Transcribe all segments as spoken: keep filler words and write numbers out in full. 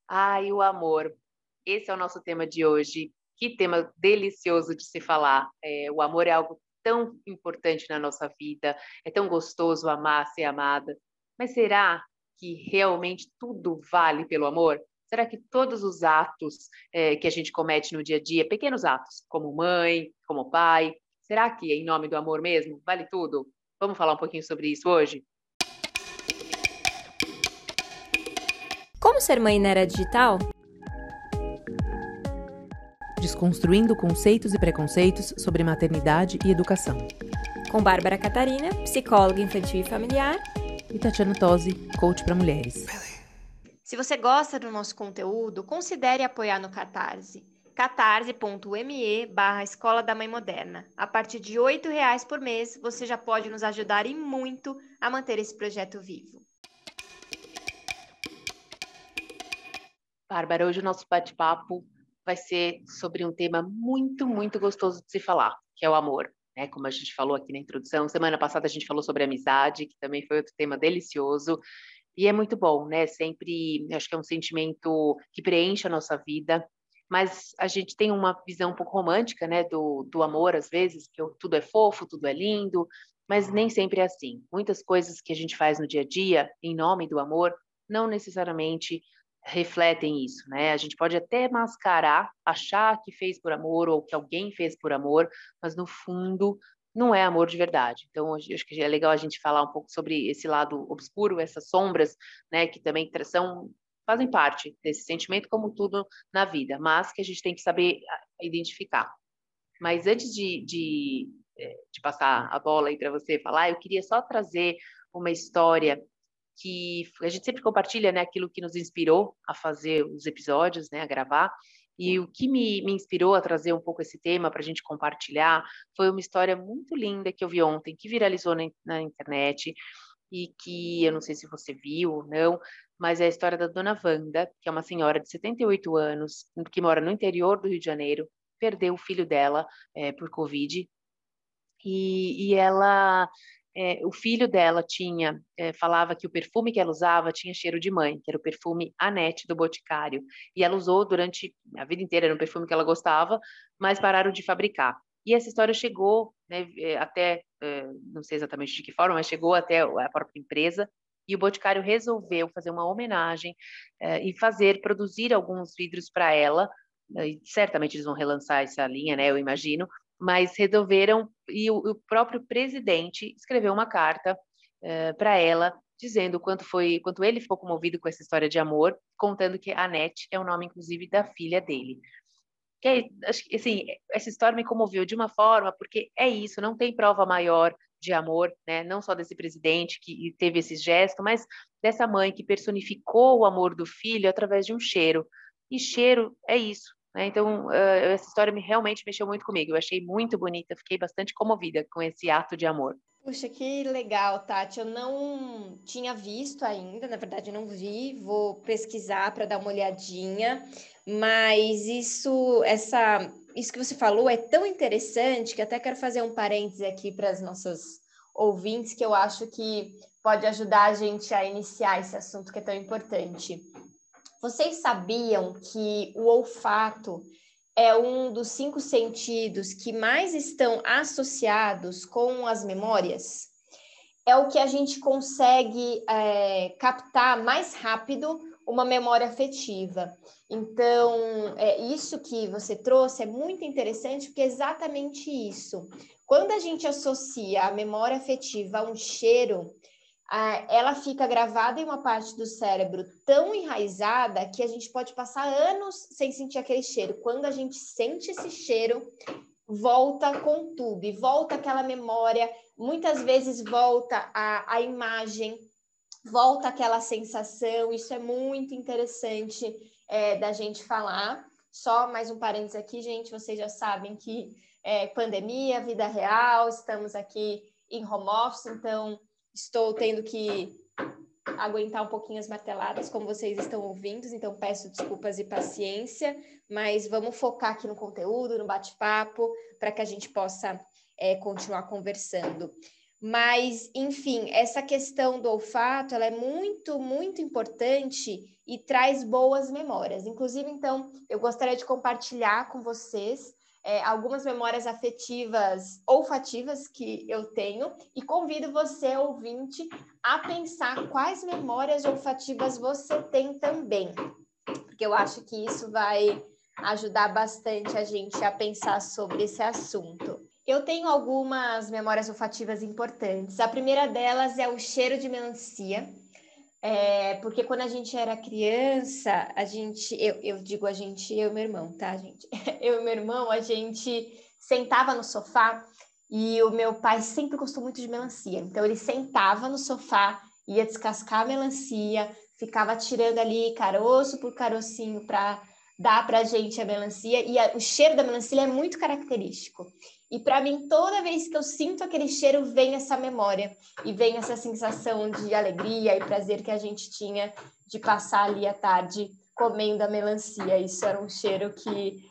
Ai, o amor. Esse é o nosso tema de hoje. Que tema delicioso de se falar. É, o amor é algo tão importante na nossa vida, é tão gostoso amar, ser amada. Mas será que realmente tudo vale pelo amor? Será que todos os atos é, que a gente comete no dia a dia, pequenos atos, como mãe, como pai, será que é em nome do amor mesmo? Vale tudo? Vamos falar um pouquinho sobre isso hoje? Como ser mãe na era digital? Desconstruindo conceitos e preconceitos sobre maternidade e educação. Com Bárbara Catarina, psicóloga infantil e familiar. E Tatiana Tosi, coach para mulheres. Se você gosta do nosso conteúdo, considere apoiar no Catarse. catarse.me barra Escola da Mãe Moderna. A partir de oito reais por mês, você já pode nos ajudar e muito a manter esse projeto vivo. Bárbara, hoje o nosso bate-papo vai ser sobre um tema muito, muito gostoso de se falar, que é o amor, né? Como a gente falou aqui na introdução, semana passada a gente falou sobre amizade, que também foi outro tema delicioso, e é muito bom, né? Sempre, acho que é um sentimento que preenche a nossa vida, mas a gente tem uma visão um pouco romântica, né, do, do amor, às vezes, que tudo é fofo, tudo é lindo, mas nem sempre é assim. Muitas coisas que a gente faz no dia a dia, em nome do amor, não necessariamente refletem isso, né? A gente pode até mascarar, achar que fez por amor ou que alguém fez por amor, mas no fundo não é amor de verdade. Então, acho que é legal a gente falar um pouco sobre esse lado obscuro, essas sombras, né, que também são, fazem parte desse sentimento, como tudo na vida, mas que a gente tem que saber identificar. Mas antes de, de, de passar a bola aí para você falar, eu queria só trazer uma história que a gente sempre compartilha, né, aquilo que nos inspirou a fazer os episódios, né, a gravar, e o que me, me inspirou a trazer um pouco esse tema para a gente compartilhar foi uma história muito linda que eu vi ontem, que viralizou na, na internet, e que eu não sei se você viu ou não, mas é a história da Dona Wanda, que é uma senhora de setenta e oito anos, que mora no interior do Rio de Janeiro, perdeu o filho dela é, por Covid, e, e ela... É, o filho dela tinha, é, falava que o perfume que ela usava tinha cheiro de mãe, que era o perfume Anete do Boticário, e ela usou durante a vida inteira, era um perfume que ela gostava, mas pararam de fabricar. E essa história chegou, né, até, é, não sei exatamente de que forma, mas chegou até a própria empresa, e o Boticário resolveu fazer uma homenagem é, e fazer, produzir alguns vidros para ela, e certamente eles vão relançar essa linha, né, eu imagino, mas resolveram, e o, o próprio presidente escreveu uma carta uh, para ela, dizendo quanto foi, quanto ele ficou comovido com essa história de amor, contando que a Anete é o nome, inclusive, da filha dele. Que, assim, essa história me comoveu de uma forma, porque é isso, não tem prova maior de amor, né? Não só desse presidente que teve esse gesto, mas dessa mãe que personificou o amor do filho através de um cheiro. E cheiro é isso. Né? Então, uh, essa história me, realmente mexeu muito comigo. Eu achei muito bonita, fiquei bastante comovida com esse ato de amor. Puxa, que legal, Tati. Eu não tinha visto ainda, na verdade não vi, vou pesquisar para dar uma olhadinha, mas isso, essa, isso que você falou é tão interessante que até quero fazer um parêntese aqui para as nossas ouvintes, que eu acho que pode ajudar a gente a iniciar esse assunto que é tão importante. Vocês sabiam que o olfato é um dos cinco sentidos que mais estão associados com as memórias? É o que a gente consegue é, captar mais rápido uma memória afetiva. Então, é, isso que você trouxe é muito interessante, porque é exatamente isso. Quando a gente associa a memória afetiva a um cheiro, ela fica gravada em uma parte do cérebro tão enraizada que a gente pode passar anos sem sentir aquele cheiro. Quando a gente sente esse cheiro, volta com tudo, e volta aquela memória, muitas vezes volta a, a imagem, volta aquela sensação. Isso é muito interessante é, da gente falar. Só mais um parênteses aqui, gente, vocês já sabem que é pandemia, vida real, estamos aqui em home office, então estou tendo que aguentar um pouquinho as marteladas, como vocês estão ouvindo, então peço desculpas e paciência, mas vamos focar aqui no conteúdo, no bate-papo, para que a gente possa é, continuar conversando. Mas, enfim, essa questão do olfato, ela é muito, muito importante e traz boas memórias. Inclusive, então, eu gostaria de compartilhar com vocês é, algumas memórias afetivas olfativas que eu tenho e convido você, ouvinte, a pensar quais memórias olfativas você tem também, porque eu acho que isso vai ajudar bastante a gente a pensar sobre esse assunto. Eu tenho algumas memórias olfativas importantes. A primeira delas é o cheiro de melancia, é, porque quando a gente era criança, a gente, eu, eu digo a gente, eu e meu irmão, tá, gente? Eu e meu irmão, a gente sentava no sofá e o meu pai sempre gostou muito de melancia. Então, ele sentava no sofá, ia descascar a melancia, ficava tirando ali caroço por carocinho para dar para a gente a melancia. E a, o cheiro da melancia é muito característico. E para mim, toda vez que eu sinto aquele cheiro, vem essa memória e vem essa sensação de alegria e prazer que a gente tinha de passar ali à tarde comendo a melancia. Isso era um cheiro que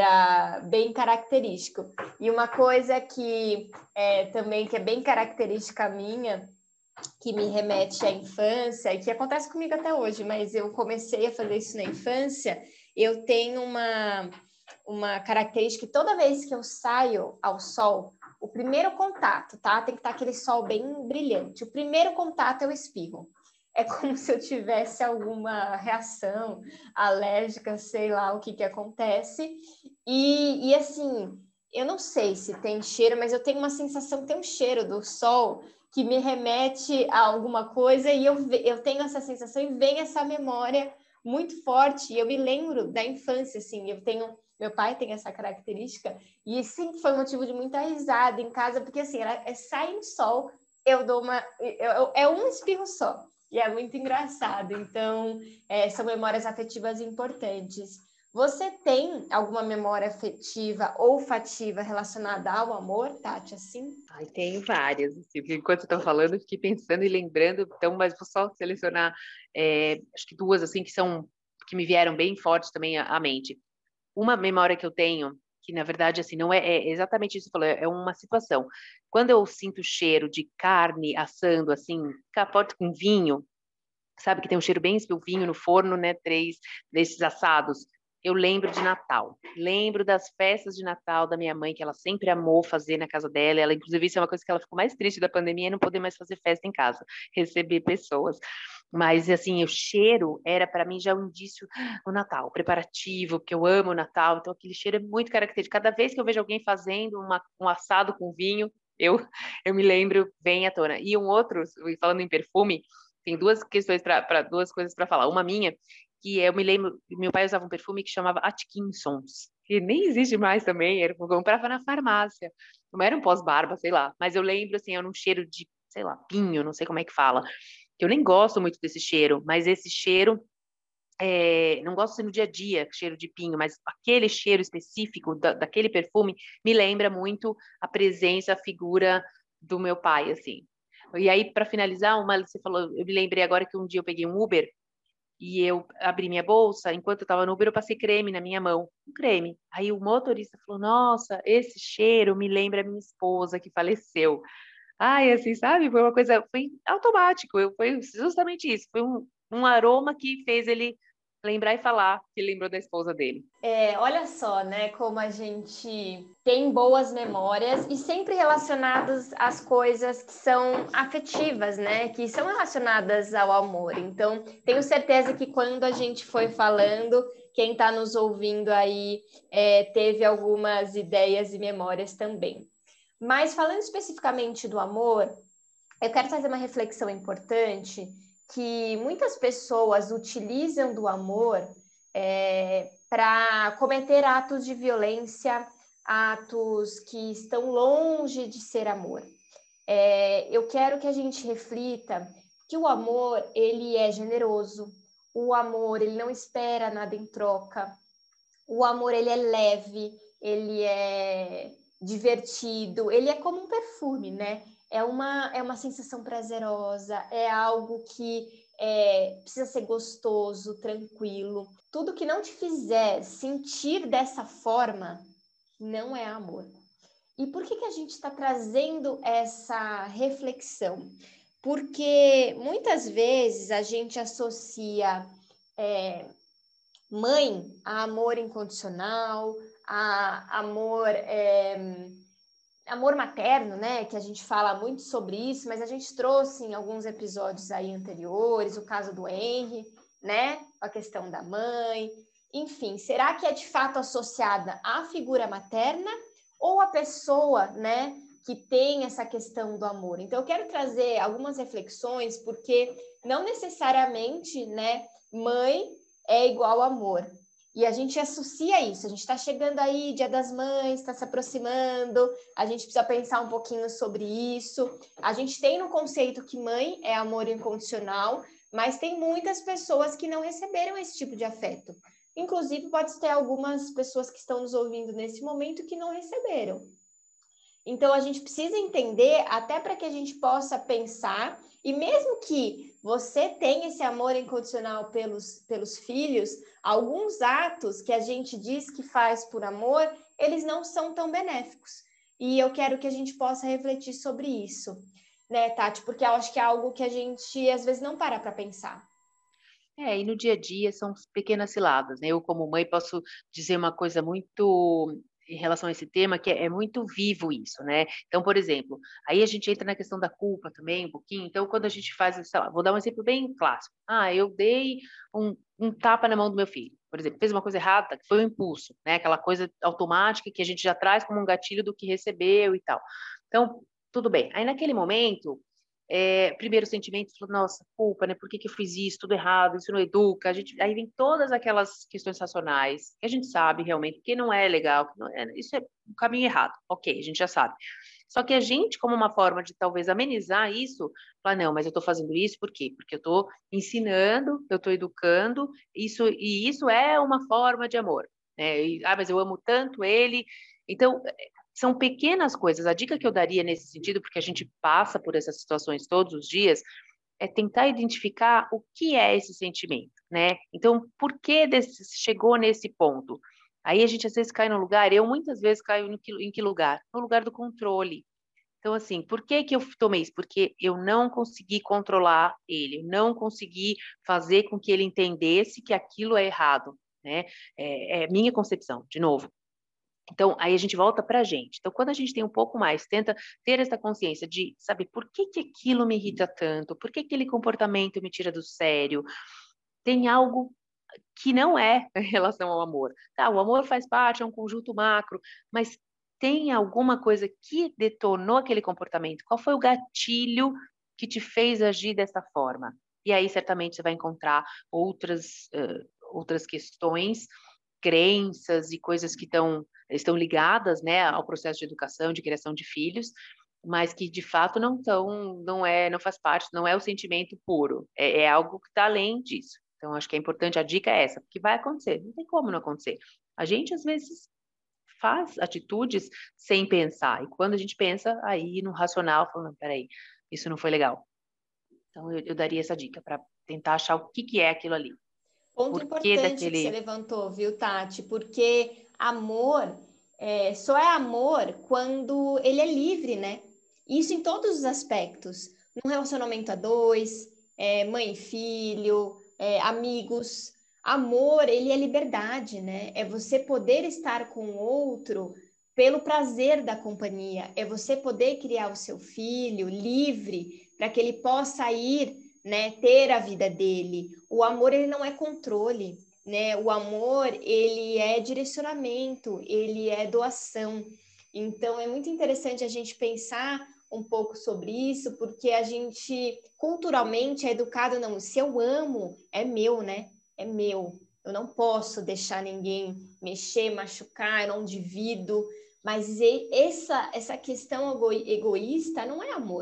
era bem característico. E uma coisa que é, também que é bem característica minha, que me remete à infância e que acontece comigo até hoje, mas eu comecei a fazer isso na infância, eu tenho uma... uma característica que toda vez que eu saio ao sol, o primeiro contato, tá? Tem que estar aquele sol bem brilhante. O primeiro contato eu espirro. É como se eu tivesse alguma reação alérgica, sei lá o que que acontece. E, e assim, eu não sei se tem cheiro, mas eu tenho uma sensação, tem um cheiro do sol que me remete a alguma coisa e eu, eu tenho essa sensação e vem essa memória muito forte. E eu me lembro da infância, assim, eu tenho... Meu pai tem essa característica e sempre foi motivo de muita risada em casa, porque assim, era, é, sai no sol, eu dou uma... Eu, eu, é um espirro só, e é muito engraçado. Então, é, são memórias afetivas importantes. Você tem alguma memória afetiva ou olfativa relacionada ao amor, Tati, assim? Ai, tenho várias, assim, porque enquanto eu estava falando, eu fiquei pensando e lembrando, então, mas vou só selecionar, é, acho que duas, assim, que são, que me vieram bem fortes também à, à mente. Uma memória que eu tenho, que na verdade, assim, não é, é exatamente isso que você falou, é uma situação. Quando eu sinto o cheiro de carne assando, assim, capote com vinho, sabe que tem um cheiro bem, o vinho no forno, né, três desses assados, eu lembro de Natal. Lembro das festas de Natal da minha mãe, que ela sempre amou fazer na casa dela. Ela, inclusive, isso é uma coisa que ela ficou mais triste da pandemia, é não poder mais fazer festa em casa, receber pessoas. Mas, assim, o cheiro era, para mim, já um indício do Natal, o preparativo, porque eu amo o Natal. Então, aquele cheiro é muito característico. Cada vez que eu vejo alguém fazendo uma, um assado com vinho, eu, eu me lembro bem à tona. E um outro, falando em perfume, tem duas questões para duas coisas para falar. Uma minha, que eu me lembro, meu pai usava um perfume que chamava Atkinsons, que nem existe mais também, eu comprava na farmácia. Não era um pós-barba, sei lá, mas eu lembro, assim, era um cheiro de, sei lá, pinho, não sei como é que fala. Eu nem gosto muito desse cheiro, mas esse cheiro, é, não gosto assim no dia a dia, cheiro de pinho, mas aquele cheiro específico da, daquele perfume me lembra muito a presença, a figura do meu pai, assim. E aí, para finalizar, uma, você falou, eu me lembrei agora que um dia eu peguei um Uber e eu abri minha bolsa, enquanto eu estava no Uber, eu passei creme na minha mão, um creme. Aí o motorista falou, nossa, esse cheiro me lembra a minha esposa que faleceu. Ai, assim, sabe? Foi uma coisa, foi automático, eu, foi justamente isso, foi um, um aroma que fez ele lembrar e falar que lembrou da esposa dele. É, olha só, né, como a gente tem boas memórias e sempre relacionadas às coisas que são afetivas, né, que são relacionadas ao amor. Então, tenho certeza que quando a gente foi falando, quem está nos ouvindo aí é, teve algumas ideias e memórias também. Mas falando especificamente do amor, eu quero fazer uma reflexão importante que muitas pessoas utilizam do amor é, para cometer atos de violência, atos que estão longe de ser amor. É, eu quero que a gente reflita que o amor, ele é generoso, o amor, ele não espera nada em troca, o amor, ele é leve, ele é divertido, ele é como um perfume, né? É uma, é uma sensação prazerosa, é algo que é, precisa ser gostoso, tranquilo. Tudo que não te fizer sentir dessa forma não é amor. E por que que a gente está trazendo essa reflexão? Porque muitas vezes a gente associa é, mãe a amor incondicional, a amor, é, amor materno, né? Que a gente fala muito sobre isso, mas a gente trouxe em alguns episódios aí anteriores, o caso do Henry, né? A questão da mãe. Enfim, será que é de fato associada à figura materna ou a pessoa, né, que tem essa questão do amor? Então, eu quero trazer algumas reflexões, porque não necessariamente, né, mãe é igual amor. E a gente associa isso, a gente está chegando aí, Dia das Mães, está se aproximando, a gente precisa pensar um pouquinho sobre isso. A gente tem no conceito que mãe é amor incondicional, mas tem muitas pessoas que não receberam esse tipo de afeto. Inclusive, pode ter algumas pessoas que estão nos ouvindo nesse momento que não receberam. Então, a gente precisa entender, até para que a gente possa pensar, e mesmo que você tenha esse amor incondicional pelos, pelos filhos, alguns atos que a gente diz que faz por amor, eles não são tão benéficos. E eu quero que a gente possa refletir sobre isso, né, Tati? Porque eu acho que é algo que a gente, às vezes, não para para pensar. É, e no dia a dia são pequenas ciladas, né? Eu, como mãe, posso dizer uma coisa muito em relação a esse tema, que é, é muito vivo isso, né? Então, por exemplo, aí a gente entra na questão da culpa também, um pouquinho. Então, quando a gente faz, sei lá, vou dar um exemplo bem clássico. Ah, eu dei um, um tapa na mão do meu filho, por exemplo, fez uma coisa errada, que foi um impulso, né? Aquela coisa automática que a gente já traz como um gatilho do que recebeu e tal. Então, tudo bem. Aí, naquele momento, É, primeiro sentimento, nossa, culpa, né? Por que que eu fiz isso? Tudo errado, isso não educa. A gente, aí vem todas aquelas questões racionais que a gente sabe realmente que não é legal, que não é, isso é um caminho errado. Ok, a gente já sabe. Só que a gente, como uma forma de talvez amenizar isso, fala, não, mas eu estou fazendo isso por quê? Porque eu estou ensinando, eu estou educando, isso, e isso é uma forma de amor. Né? E, ah, mas eu amo tanto ele. Então, são pequenas coisas. A dica que eu daria nesse sentido, porque a gente passa por essas situações todos os dias, é tentar identificar o que é esse sentimento, né? Então, por que desse, chegou nesse ponto? Aí a gente às vezes cai no lugar, eu muitas vezes caio no que, em que lugar? No lugar do controle. Então, assim, por que que eu tomei isso? Porque eu não consegui controlar ele, eu não consegui fazer com que ele entendesse que aquilo é errado, né? É, é minha concepção, de novo. Então, aí a gente volta para a gente. Então, quando a gente tem um pouco mais, tenta ter essa consciência de saber por que que aquilo me irrita tanto, por que aquele comportamento me tira do sério, tem algo que não é em relação ao amor. Tá, o amor faz parte, é um conjunto macro, mas tem alguma coisa que detonou aquele comportamento? Qual foi o gatilho que te fez agir dessa forma? E aí, certamente, você vai encontrar outras, uh, outras questões, crenças e coisas que estão estão ligadas, né, ao processo de educação, de criação de filhos, mas que de fato não estão, não é, não faz parte, não é o sentimento puro, é, é algo que está além disso. Então, acho que é importante, a dica é essa, porque vai acontecer, não tem como não acontecer. A gente, às vezes, faz atitudes sem pensar, e quando a gente pensa, aí no racional, falando, peraí, isso não foi legal. Então, eu, eu daria essa dica para tentar achar o que, que é aquilo ali. Ponto Por que importante que você daquele... levantou, viu, Tati? Porque amor é, só é amor quando ele é livre, né? Isso em todos os aspectos. Num relacionamento a dois, é, mãe e filho, é, amigos. Amor, ele é liberdade, né? É você poder estar com o outro pelo prazer da companhia. É você poder criar o seu filho livre para que ele possa ir, né, ter a vida dele. O amor, ele não é controle, né? O amor, ele é direcionamento, ele é doação. Então, é muito interessante a gente pensar um pouco sobre isso, porque a gente, culturalmente, é educado, não, se eu amo, é meu, né? É meu. Eu não posso deixar ninguém mexer, machucar, eu não divido. Mas essa, essa questão egoísta não é amor.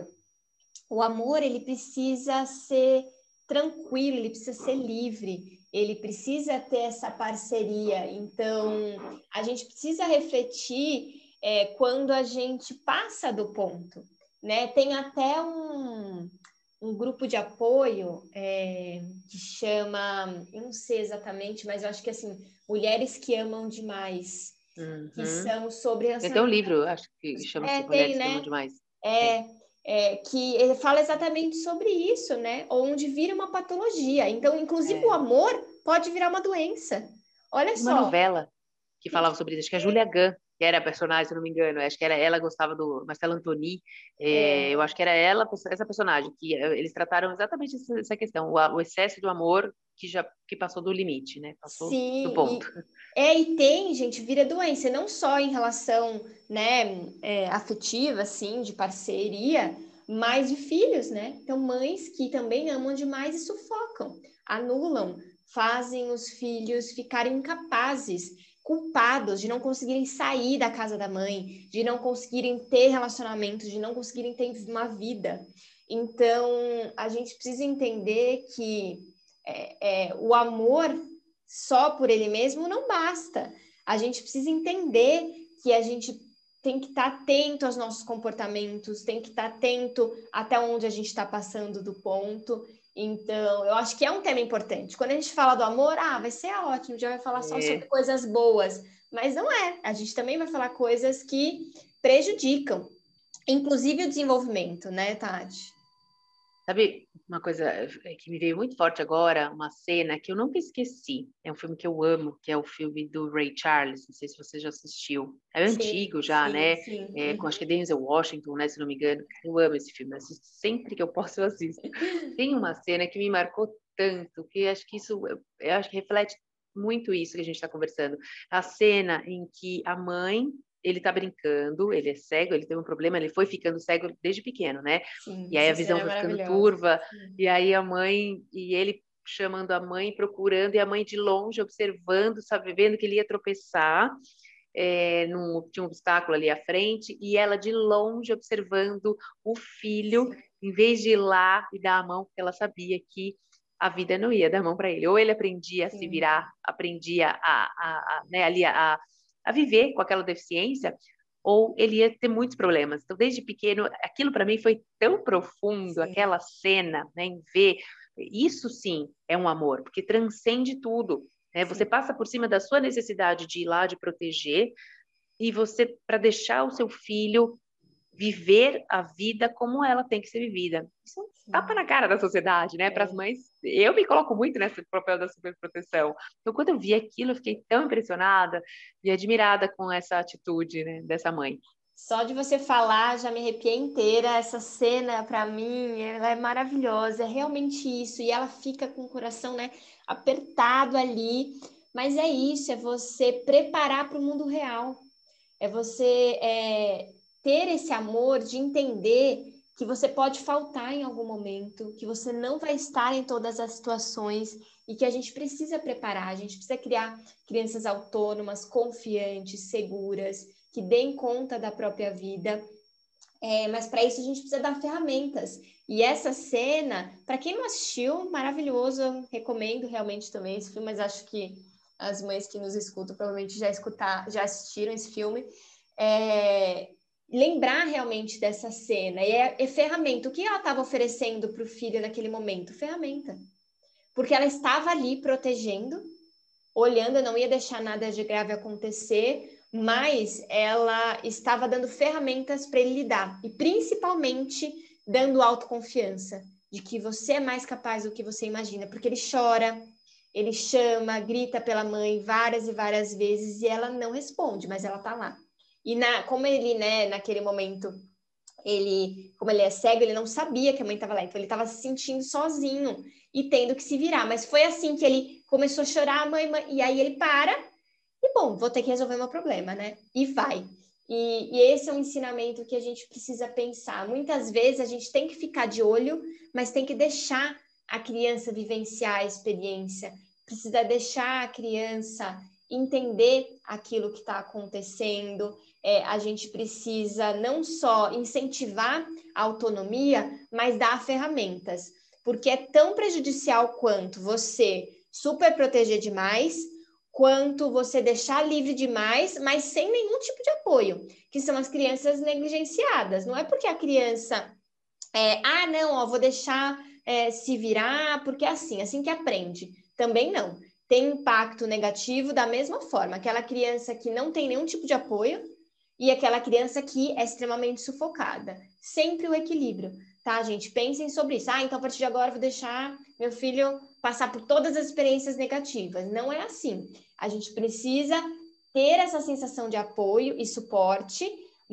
O amor, ele precisa ser tranquilo, ele precisa ser livre, ele precisa ter essa parceria. Então, a gente precisa refletir é, quando a gente passa do ponto, né? Tem até um, um grupo de apoio é, que chama, eu não sei exatamente, mas eu acho que assim, Mulheres que Amam Demais. que Uhum. são sobre Tem até um livro, acho que chama-se É, tem, Mulheres que Amam né? Demais. É, é, que ele fala exatamente sobre isso, né? Onde vira uma patologia. Então, inclusive, o É. amor pode virar uma doença. Olha Tem uma só. novela que falava sobre isso, acho que é a Julia Gunn, que era a personagem, se eu não me engano, acho que era ela gostava do Marcelo Antoni, é, eu É, acho que era ela, essa personagem, que eh, eles trataram exatamente essa, essa questão, o, a- o excesso do amor que já que passou do limite, né? Passou do sim, ponto. e, é, e tem, gente, vira doença, não só em relação, né, é, afetiva, assim, de parceria, mas de filhos, né? Então, mães que também amam demais e sufocam, anulam, fazem os filhos ficarem incapazes, culpados de não conseguirem sair da casa da mãe, de não conseguirem ter relacionamentos, de não conseguirem ter uma vida. Então, a gente precisa entender que é, é, o amor só por ele mesmo não basta. A gente precisa entender que a gente tem que estar atento aos nossos comportamentos, tem que estar atento até onde a gente está passando do ponto. Então, eu acho que é um tema importante. Quando a gente fala do amor, ah, vai ser ótimo, já vai falar só sobre É. coisas boas. Mas não é. A gente também vai falar coisas que prejudicam, inclusive o desenvolvimento, né, Tati? Sabe uma coisa eh, que me veio muito forte agora, uma cena que eu nunca esqueci. É um filme que eu amo, que é o filme do Ray Charles. Não sei se você já assistiu. É Sim, antigo já, sim, né? sim. É, com acho que é Uhum. Denzel Washington, né? Se não me engano. Cara, eu amo esse filme. Eu assisto sempre que eu posso, eu assisto. Tem uma cena que me marcou tanto, que acho que isso, eu, eu acho que reflete muito isso que a gente está conversando. A cena em que a mãe, ele tá brincando, ele é cego, ele tem um problema, ele foi ficando cego desde pequeno, né? Sim, E aí a essa visão cena é foi ficando maravilhosa. turva, Sim. e aí a mãe, e ele chamando a mãe, procurando, e a mãe de longe observando, sabe, vendo que ele ia tropeçar, é, num, tinha um obstáculo ali à frente, e ela de longe observando o filho, em vez de ir lá e dar a mão, porque ela sabia que a vida não ia dar a mão para ele. Ou ele aprendia a se Sim. virar, aprendia a, a, a, né, ali a, a viver com aquela deficiência, ou ele ia ter muitos problemas. Então, desde pequeno, aquilo para mim foi tão profundo, Sim. aquela cena, né, em ver. Isso sim é um amor, porque transcende tudo. Né? Você Sim. passa por cima da sua necessidade de ir lá, de proteger, e você, para deixar o seu filho viver a vida como ela tem que ser vivida. Isso é um tapa Sim. na cara da sociedade, né? Para as É. mães, eu me coloco muito nesse papel da superproteção. Então, quando eu vi aquilo, eu fiquei tão impressionada e admirada com essa atitude, né, dessa mãe. Só de você falar, já me arrepiei inteira. Essa cena, para mim, ela é maravilhosa. É realmente isso. E ela fica com o coração, né, apertado ali. Mas é isso, é você preparar para o mundo real. É você é, ter esse amor de entender que você pode faltar em algum momento, que você não vai estar em todas as situações e que a gente precisa preparar, a gente precisa criar crianças autônomas, confiantes, seguras, que deem conta da própria vida. É, mas para isso a gente precisa dar ferramentas. E essa cena, para quem não assistiu, maravilhoso, eu recomendo realmente também esse filme, mas acho que as mães que nos escutam provavelmente já escutar, já assistiram esse filme. É, lembrar realmente dessa cena. E é, é ferramenta. O que ela estava oferecendo para o filho naquele momento? Ferramenta. Porque ela estava ali protegendo, olhando, não ia deixar nada de grave acontecer, mas ela estava dando ferramentas para ele lidar. E principalmente dando autoconfiança, de que você é mais capaz do que você imagina. Porque ele chora, ele chama, grita pela mãe várias e várias vezes e ela não responde, mas ela tá lá. E na, como ele, né, naquele momento, ele, como ele é cego, ele não sabia que a mãe estava lá, então ele estava se sentindo sozinho e tendo que se virar. Mas foi assim que ele começou a chorar, mãe, mãe, e aí ele para e, bom, vou ter que resolver meu problema, né? E vai. E, e esse é um ensinamento que a gente precisa pensar. Muitas vezes a gente tem que ficar de olho, mas tem que deixar a criança vivenciar a experiência, precisa deixar a criança entender aquilo que está acontecendo. É, a gente precisa não só incentivar a autonomia, mas dar ferramentas, porque é tão prejudicial quanto você super proteger demais, quanto você deixar livre demais, mas sem nenhum tipo de apoio, que são as crianças negligenciadas. Não é porque a criança, é, ah, não, ó, vou deixar é, se virar, porque é assim, assim que aprende. Também não. tem impacto negativo da mesma forma. Aquela criança que não tem nenhum tipo de apoio e aquela criança que é extremamente sufocada. Sempre o equilíbrio, tá, gente? Pensem sobre isso. Ah, então a partir de agora eu vou deixar meu filho passar por todas as experiências negativas. Não é assim. A gente precisa ter essa sensação de apoio e suporte,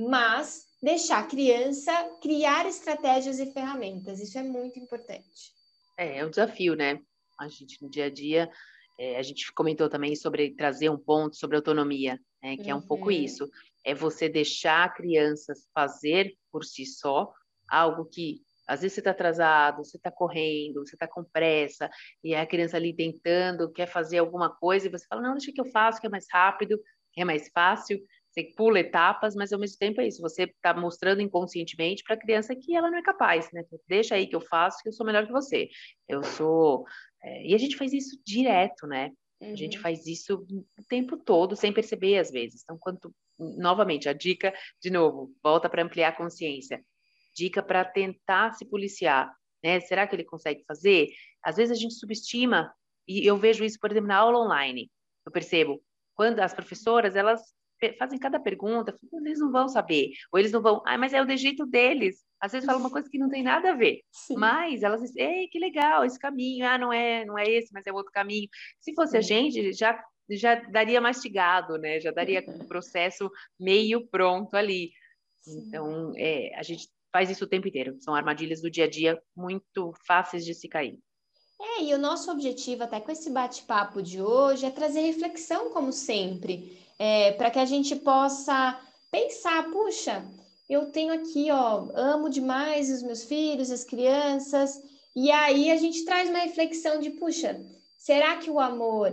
mas deixar a criança criar estratégias e ferramentas. Isso é muito importante. É, é um desafio, né? A gente, no dia a dia, é, a gente comentou também sobre trazer um ponto sobre autonomia, né? Que é um pouco Uhum. isso. É você deixar a criança fazer por si só algo que, às vezes, você está atrasado, você está correndo, você está com pressa, e a criança ali tentando, quer fazer alguma coisa, e você fala, não, deixa que eu faço, que é mais rápido, que é mais fácil. Você pula etapas, mas ao mesmo tempo é isso. Você está mostrando inconscientemente para a criança que ela não é capaz, né? Deixa aí que eu faço, que eu sou melhor que você. Eu sou. É, e a gente faz isso direto, né? Uhum. A gente faz isso o tempo todo, sem perceber às vezes. Então, quanto. Novamente, a dica, de novo, volta para ampliar a consciência. Dica para tentar se policiar, né? Será que ele consegue fazer? Às vezes a gente subestima, e eu vejo isso, por exemplo, na aula online. Eu percebo, quando as professoras, elas fazem cada pergunta, eles não vão saber, ou eles não vão, ah, mas é o de jeito deles. Às vezes falam uma coisa que não tem nada a ver, Sim. mas elas dizem, ei, que legal, esse caminho, ah, não é, não é esse, mas é outro caminho. Se fosse Sim. a gente, já, já daria mastigado, né? Já daria um processo meio pronto ali. Sim. Então, é, a gente faz isso o tempo inteiro. São armadilhas do dia a dia muito fáceis de se cair. É, e o nosso objetivo até com esse bate-papo de hoje é trazer reflexão, como sempre, é, para que a gente possa pensar, puxa, eu tenho aqui, ó, amo demais os meus filhos, as crianças, e aí a gente traz uma reflexão de, puxa, será que o amor,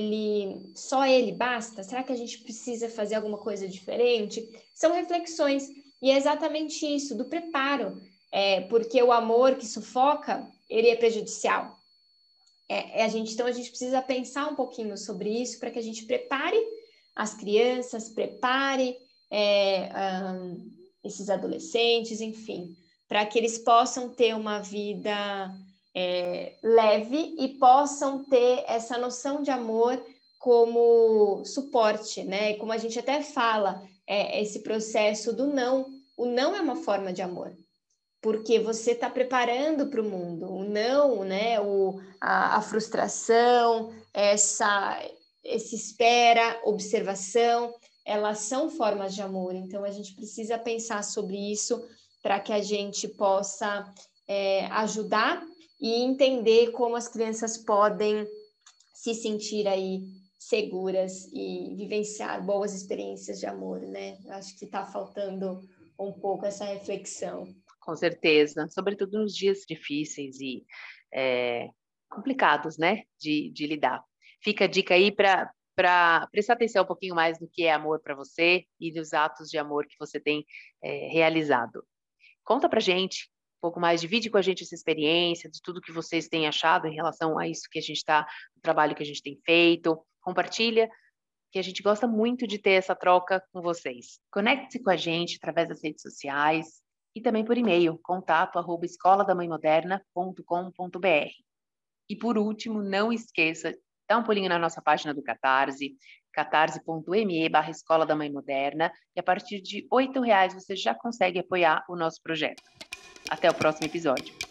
ele, só ele basta? Será que a gente precisa fazer alguma coisa diferente? São reflexões, e é exatamente isso, do preparo, é, porque o amor que sufoca, ele é prejudicial. É, é a gente, então a gente precisa pensar um pouquinho sobre isso para que a gente prepare as crianças, prepare é, um, esses adolescentes, enfim, para que eles possam ter uma vida é, leve e possam ter essa noção de amor como suporte, né? Como a gente até fala, é, esse processo do não, o não é uma forma de amor. Porque você está preparando para o mundo, o não, né? o, a, a frustração, essa, essa espera, observação, elas são formas de amor. Então, a gente precisa pensar sobre isso para que a gente possa é, ajudar e entender como as crianças podem se sentir aí seguras e vivenciar boas experiências de amor, né? Acho que está faltando um pouco essa reflexão. Com certeza, sobretudo nos dias difíceis e é, complicados, né, de, de lidar. Fica a dica aí para para prestar atenção um pouquinho mais no que é amor para você e dos atos de amor que você tem é, realizado. Conta pra gente um pouco mais, divide com a gente essa experiência, de tudo que vocês têm achado em relação a isso que a gente está, o trabalho que a gente tem feito, compartilha, que a gente gosta muito de ter essa troca com vocês. Conecte-se com a gente através das redes sociais, e também por e-mail, contato arroba escola da mãe moderna ponto com ponto b r. E por último, não esqueça, dá um pulinho na nossa página do Catarse, catarse.me barra Escola da Mãe Moderna, e a partir de oito reais você já consegue apoiar o nosso projeto. Até o próximo episódio.